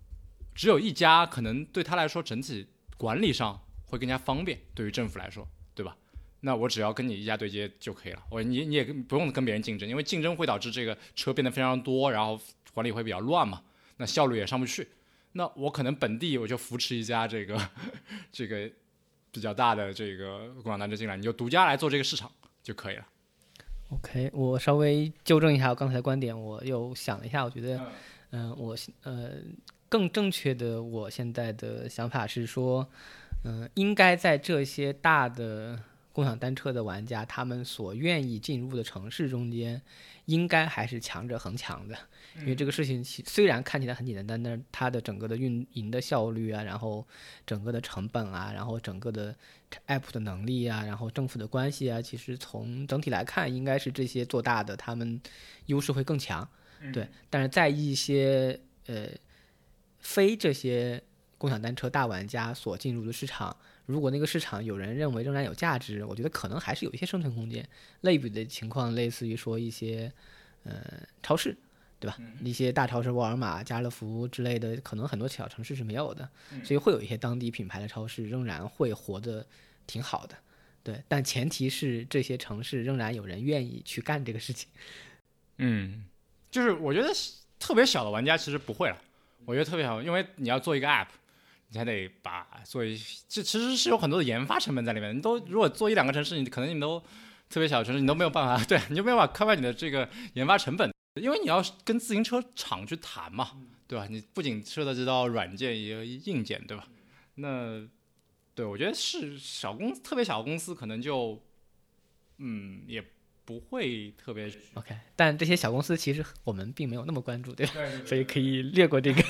[SPEAKER 1] 只有一家可能对他来说整体管理上会更加方便，对于政府来说， 对吧？那我只要跟你一家对接就可以了，我你你也不用跟别人竞争，因为竞争会导致这个车变得非常多，然后管理会比较乱嘛，那效率也上不去。那我可能本地我就扶持一家这个这个比较大的这个共享单车进来，你就独家来做这个市场就可以了。
[SPEAKER 3] OK， 我稍微纠正一下我刚才的观点，我又想了一下，我觉得，嗯、呃，我呃更正确的，我现在的想法是说，嗯、呃，应该在这些大的共享单车的玩家，他们所愿意进入的城市中间，应该还是强者恒强的。因为这个事情虽然看起来很简单，但是它的整个的运营的效率啊，然后整个的成本啊，然后整个的 app 的能力啊，然后政府的关系啊，其实从整体来看，应该是这些做大的他们优势会更强。对，但是在一些呃非这些共享单车大玩家所进入的市场，如果那个市场有人认为仍然有价值，我觉得可能还是有一些生存空间。类比的情况类似于说一些呃超市，对吧？一些大超市，沃尔玛、家乐福之类的，可能很多小城市是没有的，所以会有一些当地品牌的超市仍然会活得挺好的。对，但前提是这些城市仍然有人愿意去干这个事情。
[SPEAKER 1] 嗯，就是我觉得特别小的玩家其实不会了，我觉得特别小，因为你要做一个 app， 你还得把做一，这其实是有很多的研发成本在里面。你都如果做一两个城市，你可能你都特别小的城市，你都没有办法，对，你就没有办法 cover 你的这个研发成本，因为你要跟自行车厂去谈嘛，对吧？你不仅涉及到软件也有硬件，对吧？那对我觉得是小公司，特别小的公司可能就嗯也不会特别
[SPEAKER 3] OK， 但这些小公司其实我们并没有那么关注，对吧？
[SPEAKER 1] 对对对，
[SPEAKER 3] 所以可以略过这个。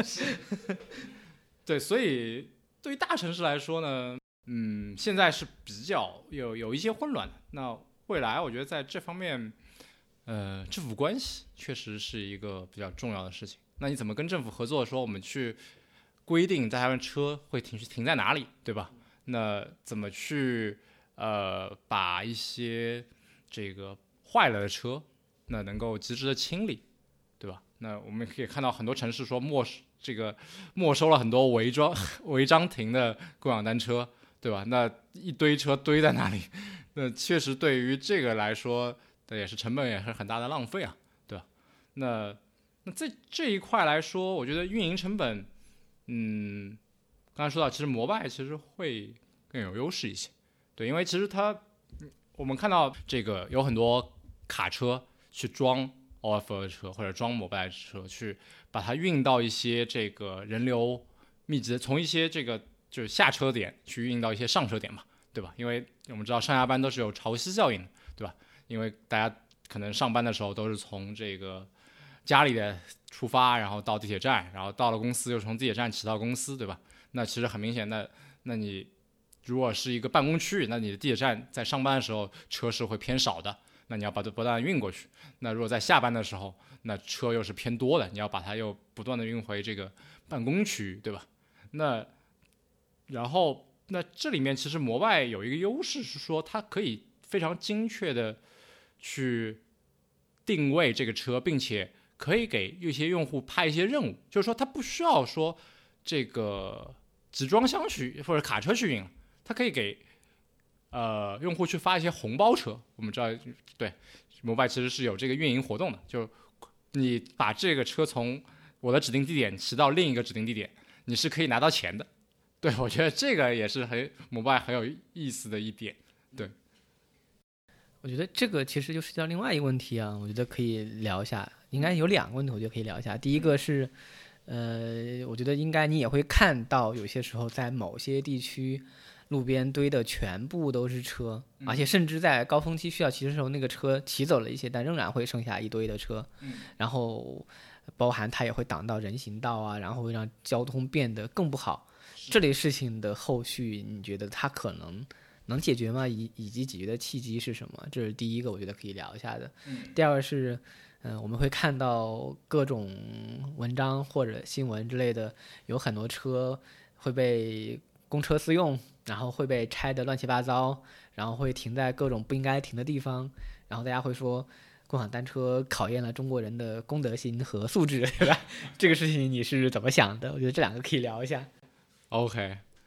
[SPEAKER 1] 对，所以对于大城市来说呢，嗯，现在是比较有有一些混乱的。那未来我觉得在这方面，呃，政府关系确实是一个比较重要的事情。那你怎么跟政府合作，说我们去规定大家的车会停停在哪里，对吧？那怎么去呃把一些这个坏了的车，那能够及时的清理，对吧？那我们可以看到很多城市说没这个没收了很多违章违章停的共享单车，对吧？那一堆车堆在那里，那确实对于这个来说，那也是成本也是很大的浪费啊，对吧？那那在这一块来说，我觉得运营成本，嗯，刚才说到，其实摩拜其实会更有优势一些，对，因为其实它我们看到这个有很多卡车去装 offer 的车或者装摩拜的车，去把它运到一些这个人流密集的，从一些这个就是下车点去运到一些上车点嘛，对吧？因为我们知道上下班都是有潮汐效应的，对吧？因为大家可能上班的时候都是从这个家里的出发，然后到地铁站，然后到了公司又从地铁站骑到公司，对吧？那其实很明显的，那你如果是一个办公区域，那你的地铁站在上班的时候车是会偏少的，那你要把它不断地运过去。那如果在下班的时候，那车又是偏多的，你要把它又不断的运回这个办公区域，对吧？那然后那这里面其实摩拜有一个优势是说，它可以非常精确的去定位这个车，并且可以给一些用户派一些任务，就是说它不需要说这个集装箱去或者卡车去运，它可以给呃用户去发一些红包车。我们知道，对，摩拜其实是有这个运营活动的，就你把这个车从我的指定地点骑到另一个指定地点，你是可以拿到钱的。对，我觉得这个也是很摩拜很有意思的一点。对，
[SPEAKER 3] 我觉得这个其实就涉及到另外一个问题啊，我觉得可以聊一下。应该有两个问题，我觉得可以聊一下。第一个是，呃，我觉得应该你也会看到，有些时候在某些地区，路边堆的全部都是车，
[SPEAKER 1] 嗯、
[SPEAKER 3] 而且甚至在高峰期需要骑的时候，那个车骑走了一些，但仍然会剩下一堆的车。
[SPEAKER 1] 嗯、
[SPEAKER 3] 然后包含它也会挡到人行道啊，然后会让交通变得更不好。这类事情的后续，你觉得它可能能解决吗？以以及解决的契机是什么？这是第一个，我觉得可以聊一下的。
[SPEAKER 1] 嗯、
[SPEAKER 3] 第二个是，嗯、呃，我们会看到各种文章或者新闻之类的，有很多车会被公车私用，然后会被拆得乱七八糟，然后会停在各种不应该停的地方，然后大家会说，共享单车考验了中国人的公德心和素质，对吧？这个事情你是怎么想的？我觉得这两个可以聊一下。
[SPEAKER 1] OK，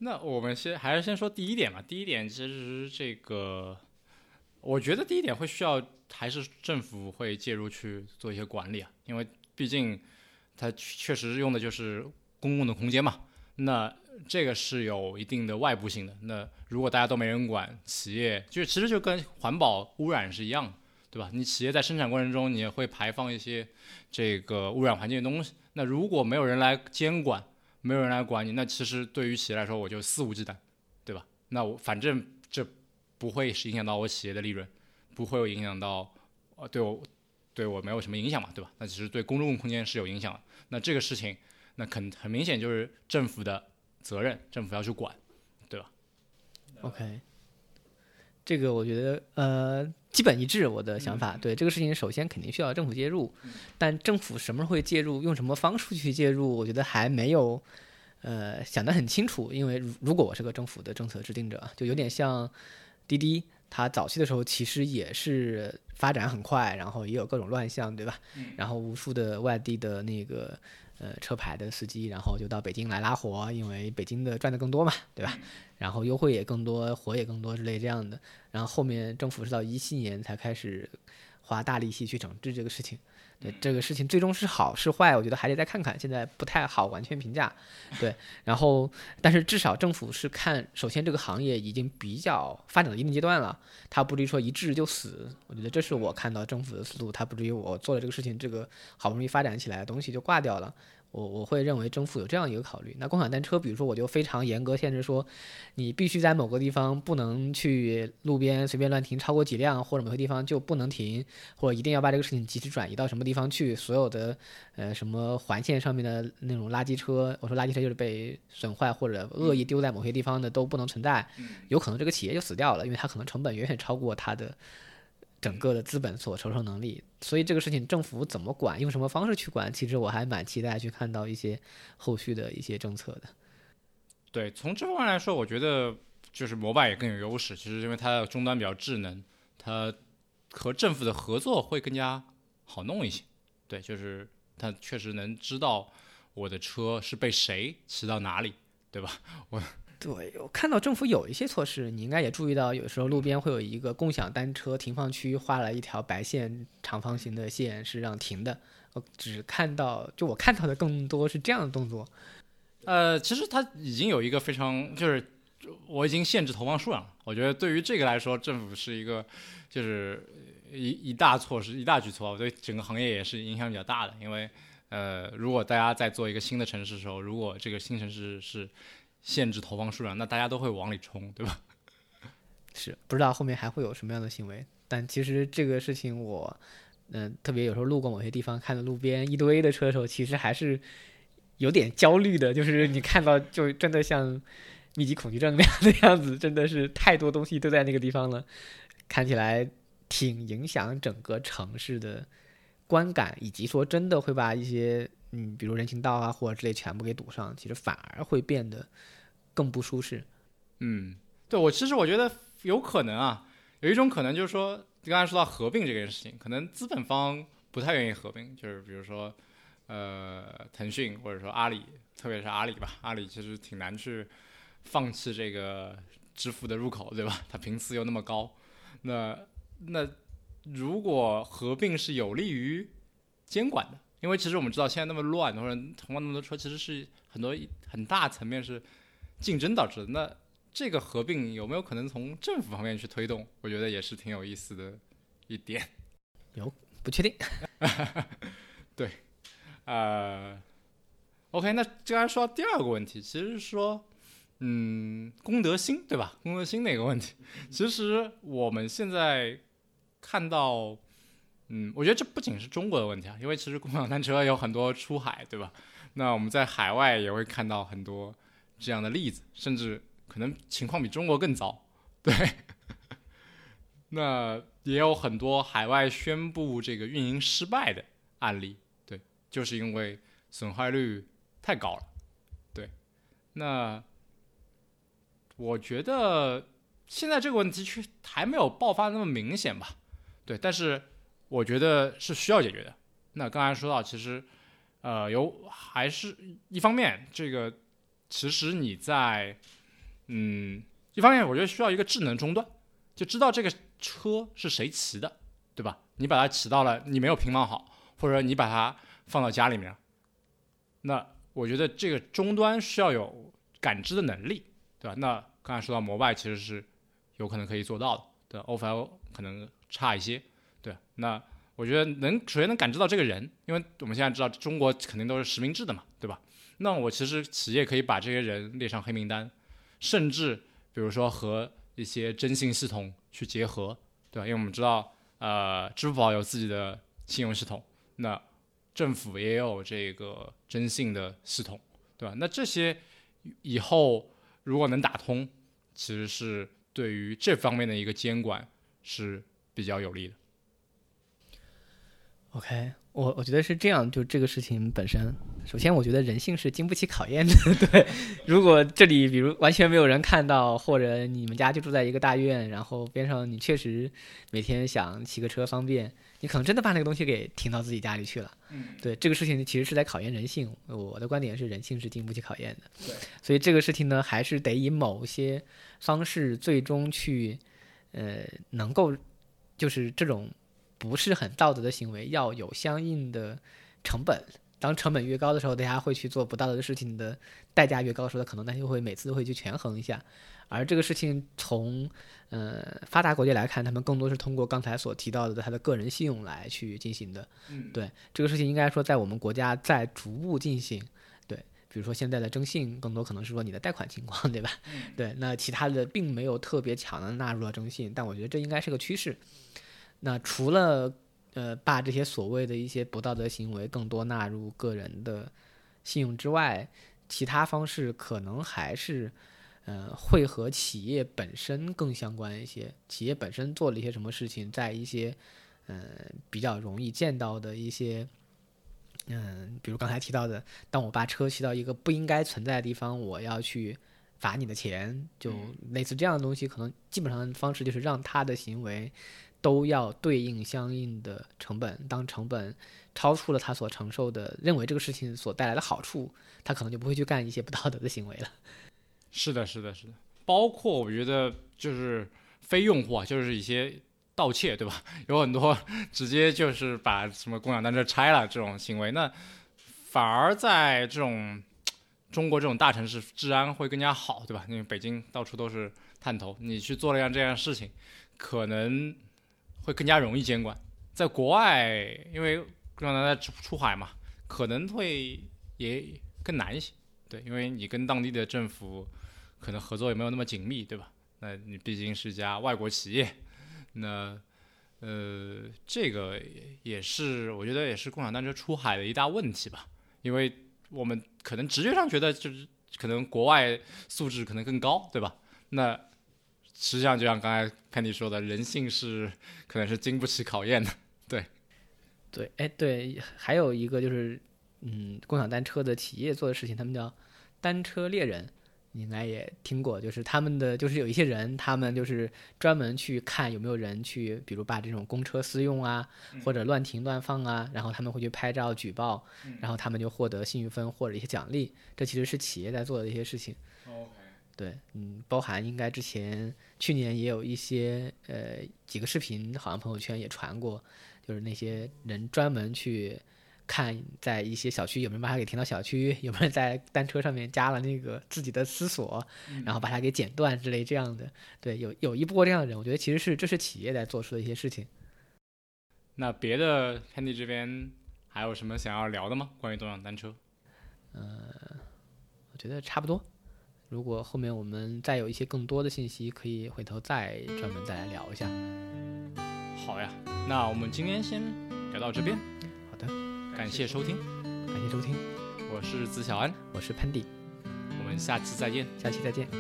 [SPEAKER 1] 那我们先还是先说第一点嘛。第一点其实这个，我觉得第一点会需要还是政府会介入去做一些管理啊，因为毕竟它确实用的就是公共的空间嘛。那这个是有一定的外部性的。那如果大家都没人管，企业就其实就跟环保污染是一样的，对吧？你企业在生产过程中，你也会排放一些这个污染环境的东西。那如果没有人来监管，没有人来管你，那其实对于企业来说，我就肆无忌惮，对吧？那我反正这不会是影响到我企业的利润，不会有影响到呃对我对我没有什么影响嘛，对吧？那其实对公众空间是有影响的。那这个事情，那很很明显就是政府的责任，政府要去管，对吧
[SPEAKER 3] ？OK， 这个我觉得呃基本一致，我的想法。嗯、对这个事情，首先肯定需要政府介入，嗯、但政府什么时候会介入，用什么方式去介入，我觉得还没有呃想得很清楚。因为如果我是个政府的政策制定者，就有点像滴滴，它早期的时候其实也是发展很快，然后也有各种乱象，对吧？嗯、然后无数的外地的那个呃车牌的司机，然后就到北京来拉活，因为北京的赚的更多嘛，对吧？然后优惠也更多，活也更多之类这样的。然后后面政府是到一七年才开始花大力气去整治这个事情。对这个事情最终是好是坏，我觉得还得再看看，现在不太好完全评价。对，然后但是至少政府是看，首先这个行业已经比较发展到一定阶段了，它不至于说一治就死。我觉得这是我看到政府的思路，它不至于我做了这个事情，这个好不容易发展起来的东西就挂掉了。我我会认为政府有这样一个考虑。那共享单车，比如说我就非常严格限制说，你必须在某个地方不能去路边随便乱停超过几辆，或者某些地方就不能停，或者一定要把这个事情及时转移到什么地方去。所有的呃什么环线上面的那种垃圾车，我说垃圾车就是被损坏或者恶意丢在某些地方的都不能存在，有可能这个企业就死掉了，因为它可能成本远远超过它的整个的资本所承受能力。所以这个事情政府怎么管，用什么方式去管，其实我还蛮期待去看到一些后续的一些政策的。
[SPEAKER 1] 对，从这方面来说，我觉得就是摩拜也更有优势，其实因为它的终端比较智能，它和政府的合作会更加好弄一些。对，就是它确实能知道我的车是被谁骑到哪里，对吧？我
[SPEAKER 3] 对，我看到政府有一些措施，你应该也注意到，有时候路边会有一个共享单车停放区，画了一条白线长方形的线是让停的。我只看到，就我看到的更多是这样的动作。
[SPEAKER 1] 呃，其实它已经有一个非常，就是我已经限制投放数量了。我觉得对于这个来说，政府是一个就是一一大措施、一大举措，对整个行业也是影响比较大的。因为呃，如果大家在做一个新的城市的时候，如果这个新城市是限制投放数量，那大家都会往里冲，对吧？
[SPEAKER 3] 是，不知道后面还会有什么样的行为。但其实这个事情我，嗯、呃，特别有时候路过某些地方，看到路边一堆的车的时候，其实还是有点焦虑的。就是你看到就真的像密集恐惧症那样的样子，真的是太多东西都在那个地方了，看起来挺影响整个城市的观感，以及说真的会把一些嗯，比如人行道啊或者之类全部给堵上，其实反而会变得更不舒适。
[SPEAKER 1] 嗯，对，我其实我觉得有可能啊，有一种可能就是说，刚才说到合并这件事情，可能资本方不太愿意合并，就是比如说，呃，腾讯或者说阿里，特别是阿里吧，阿里其实挺难去放弃这个支付的入口，对吧？它频次又那么高，那那如果合并是有利于监管的。因为其实我们知道现在那么乱，或者同样那么多车，其实是很多很大层面是竞争导致的。那这个合并有没有可能从政府方面去推动？我觉得也是挺有意思的一点。
[SPEAKER 3] 有不确定。
[SPEAKER 1] 对，呃 ，OK， 那刚才说到第二个问题，其实是说，嗯，公德心，对吧？公德心那个问题，其实我们现在看到。嗯，我觉得这不仅是中国的问题啊，因为其实共享单车有很多出海，对吧？那我们在海外也会看到很多这样的例子，甚至可能情况比中国更糟，对。那也有很多海外宣布这个运营失败的案例，对，就是因为损坏率太高了，对。那我觉得现在这个问题却还没有爆发那么明显吧，对，但是我觉得是需要解决的。那刚才说到，其实，呃，有还是一方面，这个其实你在嗯，一方面我觉得需要一个智能终端，就知道这个车是谁骑的，对吧？你把它骑到了，你没有平放好，或者你把它放到家里面，那我觉得这个终端需要有感知的能力，对吧？那刚才说到摩拜其实是有可能可以做到的，对 ，O F L 可能差一些，对。那我觉得能首先能感知到这个人，因为我们现在知道中国肯定都是实名制的嘛，对吧？那我其实企业可以把这些人列上黑名单，甚至比如说和一些征信系统去结合，对吧？因为我们知道，呃，支付宝有自己的信用系统，那政府也有这个征信的系统，对吧？那这些以后如果能打通，其实是对于这方面的一个监管是比较有利的。
[SPEAKER 3] OK， 我我觉得是这样，就这个事情本身，首先我觉得人性是经不起考验的，对。如果这里比如完全没有人看到，或者你们家就住在一个大院，然后边上你确实每天想骑个车方便，你可能真的把那个东西给停到自己家里去了。
[SPEAKER 1] 嗯，
[SPEAKER 3] 对，这个事情其实是在考验人性。我的观点是人性是经不起考验的。
[SPEAKER 1] 对，
[SPEAKER 3] 所以这个事情呢，还是得以某些方式最终去，呃，能够就是这种不是很道德的行为要有相应的成本。当成本越高的时候，大家会去做不道德的事情的代价越高的时候，可能大家就会每次都会去权衡一下。而这个事情从呃发达国家来看，他们更多是通过刚才所提到的他的个人信用来去进行的。
[SPEAKER 1] 嗯，
[SPEAKER 3] 对，这个事情应该说在我们国家在逐步进行。对，比如说现在的征信，更多可能是说你的贷款情况，对吧？
[SPEAKER 1] 嗯，
[SPEAKER 3] 对，那其他的并没有特别强的纳入了征信，但我觉得这应该是个趋势。那除了呃，把这些所谓的一些不道德行为更多纳入个人的信用之外，其他方式可能还是，呃，会和企业本身更相关一些。企业本身做了一些什么事情，在一些，呃，比较容易见到的一些，嗯，比如刚才提到的，当我把车骑到一个不应该存在的地方，我要去罚你的钱，就类似这样的东西，可能基本上的方式就是让他的行为都要对应相应的成本，当成本超出了他所承受的，认为这个事情所带来的好处，他可能就不会去干一些不道德的行为了。
[SPEAKER 1] 是的，是的，是的，包括我觉得就是非用户啊，就是一些盗窃，对吧？有很多直接就是把什么共享单车拆了这种行为，那反而在这种中国这种大城市治安会更加好，对吧？因为北京到处都是探头，你去做了样这样的事情，可能会更加容易监管。在国外，因为共享单车出海嘛，可能会也更难一些，对，因为你跟当地的政府可能合作也没有那么紧密，对吧？那你毕竟是一家外国企业，那呃，这个也是我觉得也是共享单车出海的一大问题吧，因为我们可能直觉上觉得就是可能国外素质可能更高，对吧？那实际上就像刚才Pendy说的，人性是可能是经不起考验的，对，
[SPEAKER 3] 对，哎，对，还有一个就是，嗯，共享单车的企业做的事情，他们叫单车猎人，你应该也听过，就是他们的就是有一些人，他们就是专门去看有没有人去，比如把这种公车私用啊，或者乱停乱放啊，然后他们会去拍照举报，然后他们就获得信誉分或者一些奖励，这其实是企业在做的一些事情。
[SPEAKER 1] OK。
[SPEAKER 3] 对，嗯，包含应该之前去年也有一些呃几个视频，好像朋友圈也传过，就是那些人专门去看在一些小区有没有把它给停到小区，有没有人在单车上面加了那个自己的私锁，然后把它给剪断之类这样的。对，有有一波这样的人，我觉得其实是这是企业在做出的一些事情。
[SPEAKER 1] 那别的 Pendy 这边还有什么想要聊的吗？关于共享单车？
[SPEAKER 3] 呃，我觉得差不多。如果后面我们再有一些更多的信息，可以回头再专门再来聊一下。
[SPEAKER 1] 好呀，那我们今天先聊到这边。
[SPEAKER 3] 好的，
[SPEAKER 1] 感谢收听，
[SPEAKER 3] 感谢收听，
[SPEAKER 1] 我是子小安，
[SPEAKER 3] 我是 Pendy，
[SPEAKER 1] 我们下期再见，
[SPEAKER 3] 下期再见。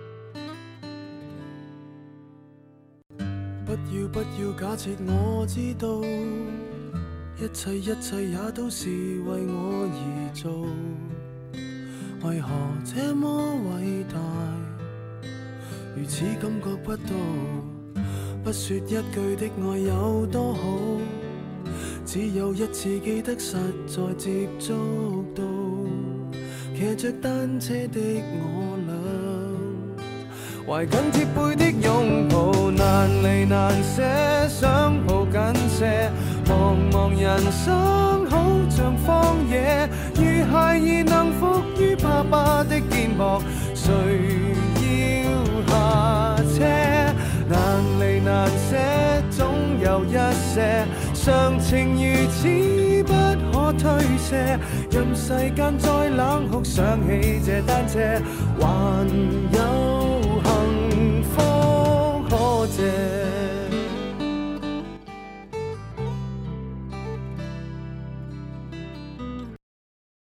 [SPEAKER 4] 不要不要假設我知道，一切一切也都是為我而做。為何這麼偉大，如此感覺不到，不說一句的愛有多好，只有一次記得實在接觸到，騎着單車的我倆， 懷緊貼背的擁抱，難離難捨，想抱緊些。茫茫人生好像荒野，如孩兒能伏於爸爸的肩膊，誰要下車？難離難捨，總有一些常情如此不可推卸。任世間再冷酷，想起這單車，還有幸福可借。